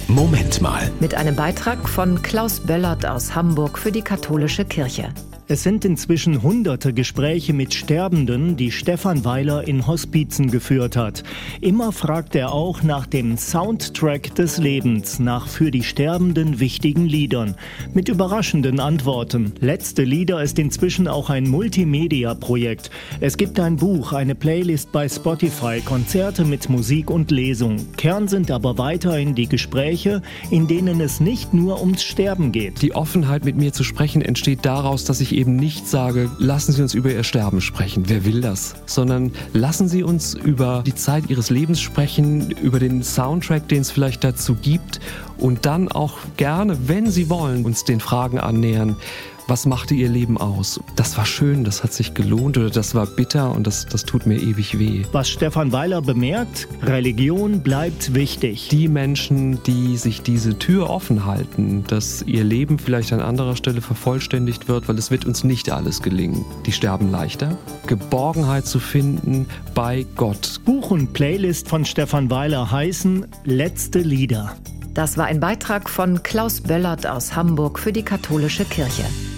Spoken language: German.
Moment mal. Mit einem Beitrag von Klaus Böllert aus Hamburg für die Katholische Kirche. Es sind inzwischen hunderte Gespräche mit Sterbenden, die Stefan Weiler in Hospizen geführt hat. Immer fragt er auch nach dem Soundtrack des Lebens, nach für die Sterbenden wichtigen Liedern. Mit überraschenden Antworten. Letzte Lieder ist inzwischen auch ein Multimedia-Projekt. Es gibt ein Buch, eine Playlist bei Spotify, Konzerte mit Musik und Lesung. Kern sind aber weiterhin die Gespräche, in denen es nicht nur ums Sterben geht. Die Offenheit, mit mir zu sprechen, entsteht daraus, dass ich eben nicht sage, lassen Sie uns über Ihr Sterben sprechen, wer will das? Sondern lassen Sie uns über die Zeit Ihres Lebens sprechen, über den Soundtrack, den es vielleicht dazu gibt und dann auch gerne, wenn Sie wollen, uns den Fragen annähern. Was machte Ihr Leben aus? Das war schön, das hat sich gelohnt oder das war bitter und das tut mir ewig weh. Was Stefan Weiler bemerkt, Religion bleibt wichtig. Die Menschen, die sich diese Tür offen halten, dass ihr Leben vielleicht an anderer Stelle vervollständigt wird, weil es wird uns nicht alles gelingen. Die sterben leichter. Geborgenheit zu finden bei Gott. Buch und Playlist von Stefan Weiler heißen Letzte Lieder. Das war ein Beitrag von Klaus Böllert aus Hamburg für die Katholische Kirche.